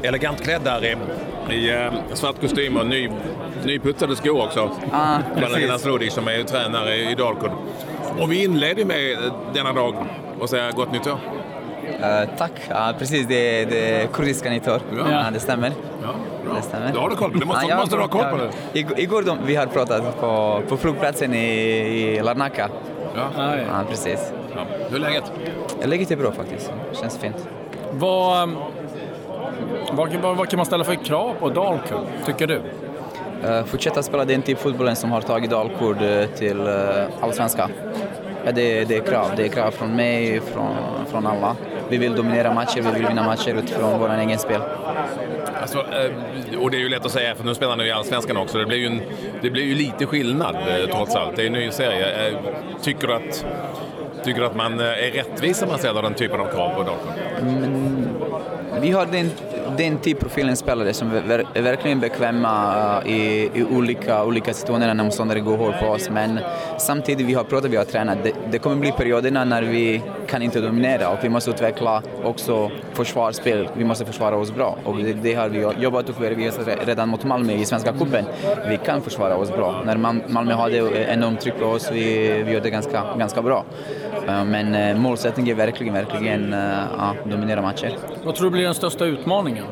elegant klädd där i svart kostym och nyputsade skor också. Bland Slodig som är tränare i Dalkurd. Och vi inleder med denna dag och säga gott nytt år. Tack, precis, det är kurdiska nyttår. Ja, det stämmer. Det stämmer. Du har du koll på det, måste du ha koll på det. Igår vi har pratat på flygplatsen i Larnaca. Ja, precis. Ja. Hur är läget? Läget är bra faktiskt, känns fint. Vad kan man ställa för krav på Dalkurd, tycker du? Fortsätta spela den typ fotbollen som har tagit Dalkurd till allsvenska. Det är krav. Det är krav från mig, från alla. Vi vill dominera matcher, vi vill vinna matcher utifrån vår egen spel. Alltså, och det är ju lätt att säga, för nu spelar ni i allsvenskan också. Det blir ju lite skillnad trots allt. Det är en ny serie. Tycker du att man är rättvis om man ställer den typen av krav på Dalkurd? Vi har den typ profilen spelare som är verkligen bekväma i olika situationer när motståndare går hårt på oss. Men samtidigt vi har tränat. Det kommer bli perioderna när vi kan inte dominera och vi måste utveckla också försvarsspel. Vi måste försvara oss bra och det har vi jobbat och vi har redan mot Malmö i Svenska cupen. Vi kan försvara oss bra. När Malmö hade enormt tryck på oss, vi gör det ganska bra. Men målsättningen är verkligen dominera matcher. Vad tror du blir den största utmaningen?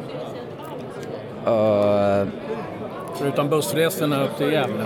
Förutom bussresorna upp till Gävle?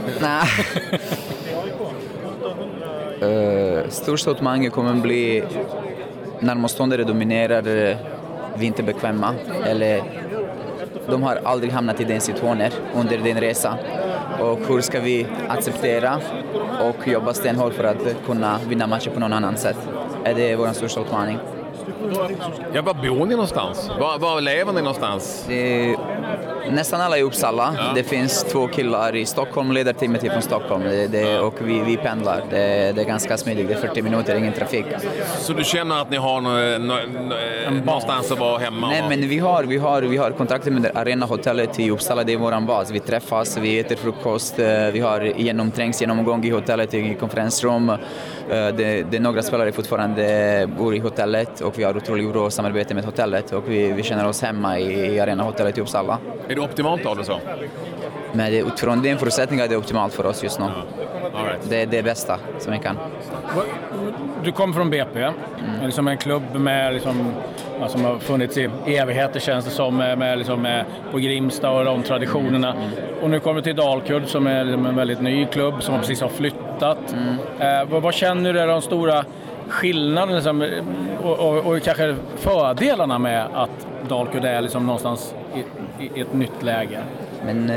Största utmaningen kommer att bli när motståndare dominerar, vi inte bekväma eller de har aldrig hamnat i den situationen under den resa. Och hur ska vi acceptera och jobba stenhårt för att kunna vinna matcher på någon annan sätt? Det är vår största utmaning. Ja, var bor ni någonstans? Var lever ni någonstans? Nästan alla i Uppsala. Ja. Det finns 2 killar i Stockholm, ledarteamet är från Stockholm. Och vi pendlar. Det är ganska smidigt, det är 40 minuter, ingen trafik. Så du känner att ni har någonstans att vara hemma? Nej, men vi har kontakter med Arena-hotellet i Uppsala, det är våran bas. Vi träffas, vi äter frukost, vi har genomgång i hotellet, i konferensrum. Det är några spelare fortfarande bor i hotellet och vi har otroligt bra samarbete med hotellet och vi känner oss hemma i Arena-hotellet i Uppsala. Är det optimalt av det så? Men utifrån den förutsättningen är det optimalt för oss just nu. All right. Det är det bästa som vi kan. Du kommer från BP, liksom en klubb med som har funnits i evigheter känns det som, med på Grimsta och de traditionerna. Och nu kommer du till Dalkurd som är en väldigt ny klubb som precis har flyttat. Vad känner du är de stora skillnaderna och kanske fördelarna med att Dalkurd är någonstans i ett nytt läge? Men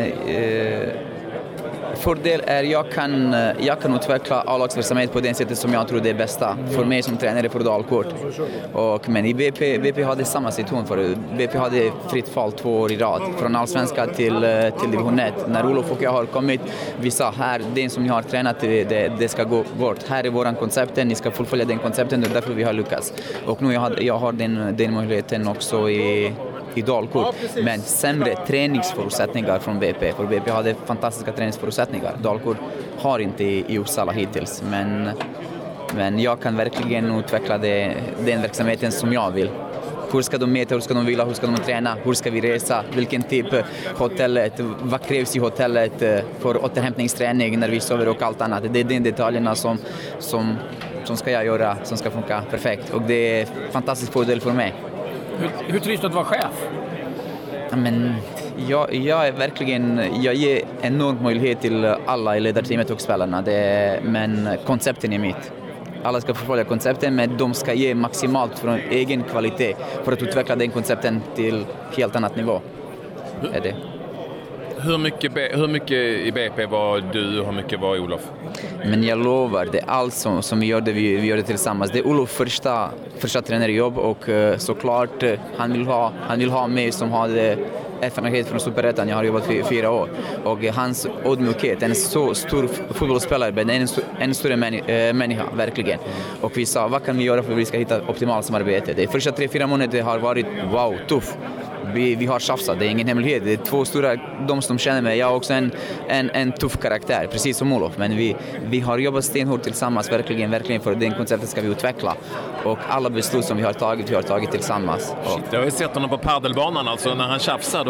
fördel är jag kan utveckla A-lagsverksamhet på det sättet som jag tror det är bästa för mig som tränare för Dalkurd. Men i BP hade samma situation för BP hade fritt fall 2 år i rad från allsvenska till division 1. När Olof och jag har kommit, vi sa här, den som ni har tränat det ska gå bort. Här är våran koncepten, ni ska fullfölja den koncepten och därför vi har lyckats. Och nu jag har den möjligheten också i Dalkurd, men sämre träningsförutsättningar från BP. För BP hade fantastiska träningsförutsättningar. Dalkurd har inte i Uppsala hittills, men jag kan verkligen utveckla den verksamheten som jag vill. Hur ska de mäta, hur ska de vila, hur ska de träna, hur ska vi resa, vilken typ hotellet, vad krävs i hotellet för återhämtningsträning när vi sover och allt annat. Det är de detaljerna som ska jag göra, som ska funka perfekt. Och det är fantastisk fördel för mig. Hur trivs du att vara chef? Men jag ger enorm möjlighet till alla i ledarteamet och spelarna. Men koncepten är mitt. Alla ska förfölja koncepten, men de ska ge maximalt från egen kvalitet för att utveckla den koncepten till helt annat nivå. Är det. Hur mycket i BP var du och hur mycket var Olof? Men jag lovar, det är allt som vi gör det, vi gör det tillsammans. Det är Olof första tränarjobb och såklart han vill ha mig som hade erfarenhet från Superettan. Jag har jobbat 4 år och hans ödmjukhet, en så stor fotbollsspelare, men en större människa, verkligen. Och vi sa, vad kan vi göra för att vi ska hitta optimalt samarbete? De första 3-4 månader har varit tuff. Vi har tjafsat, det är ingen hemlighet. Det är två stora, de som känner mig. Jag är också en tuff karaktär, precis som Olof. Men vi har jobbat stenhårt tillsammans, verkligen för den konceptet ska vi utveckla. Och alla beslut som vi har tagit tillsammans. Jag har ju sett honom på paddelbanan, alltså när han tjafsar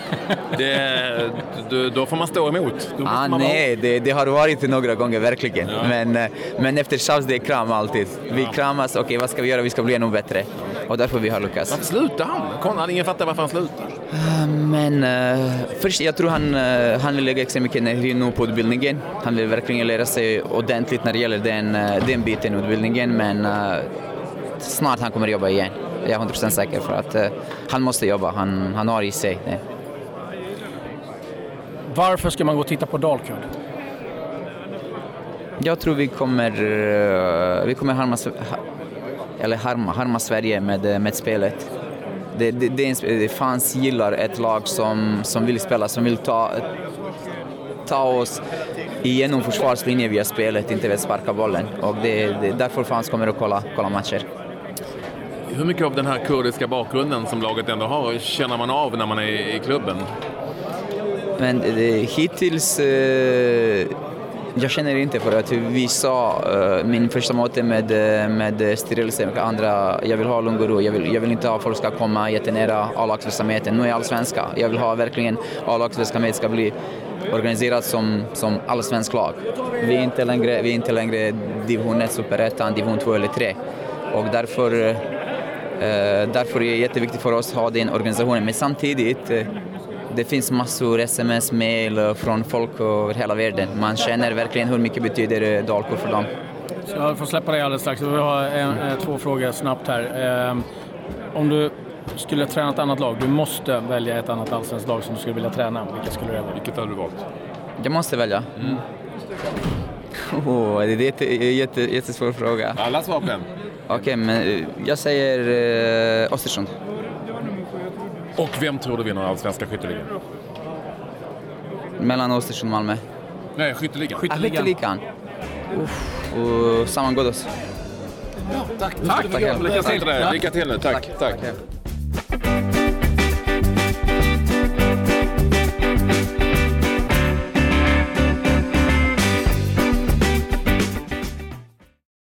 då får man stå emot. Nej, det har varit några gånger verkligen. Ja. Men efter tjafs det är kram alltid. Vi kramas, okej, vad ska vi göra? Vi ska bli ännu bättre. Och därför vi har lyckats. Varför slutar han? Ingen fattar varför han slutar. Men först, jag tror han vill lägga extra mycket energi nu på utbildningen. Han vill verkligen lära sig ordentligt när det gäller den biten av utbildningen. Men snart han kommer jobba igen. Jag är 100% säker för att han måste jobba. Han har i sig det. Varför ska man gå och titta på Dalkurd? Jag tror vi kommer harma Sverige med spelet. Fans gillar ett lag som vill spela, som vill ta oss igenom försvarslinjen via spelet, inte vill sparka bollen. Och det är därför fans kommer att kolla matcher. Hur mycket av den här kurdiska bakgrunden som laget ändå har känner man av när man är i klubben? Men hittills jag känner inte, för att vi sa min första möte med styrelse och andra, jag vill ha lugn och ro, jag vill inte ha folk ska komma jättenära A-lagsverksamheten. Nu är allsvenska. Jag vill ha verkligen A-lagsverksamhet ska bli organiserat som allsvensk lag. Vi är inte längre division 1, superettan, division 2 eller 3. Och därför är det jätteviktigt för oss att ha den organisationen. Men samtidigt det finns massor sms, mail från folk över hela världen. Man känner verkligen hur mycket betyder Dalkurd för dem. Så jag får släppa dig alldeles strax. Vi har två frågor snabbt här. Om du skulle träna ett annat lag, du måste välja ett annat allsvenskt lag som du skulle vilja träna. Vilket skulle det vara? Vilket har du valt? Jag måste välja. Det är en jättesvår fråga. Alla svar på den. Okej, men jag säger Östersund. Och vem tror du vinner allsvenska skytteligan? Mellan Östersund och Malmö. Nej, skytteligan. Skytteligan. Och Saman Ghoddos. Ja, tack. Lycka till nu. Tack.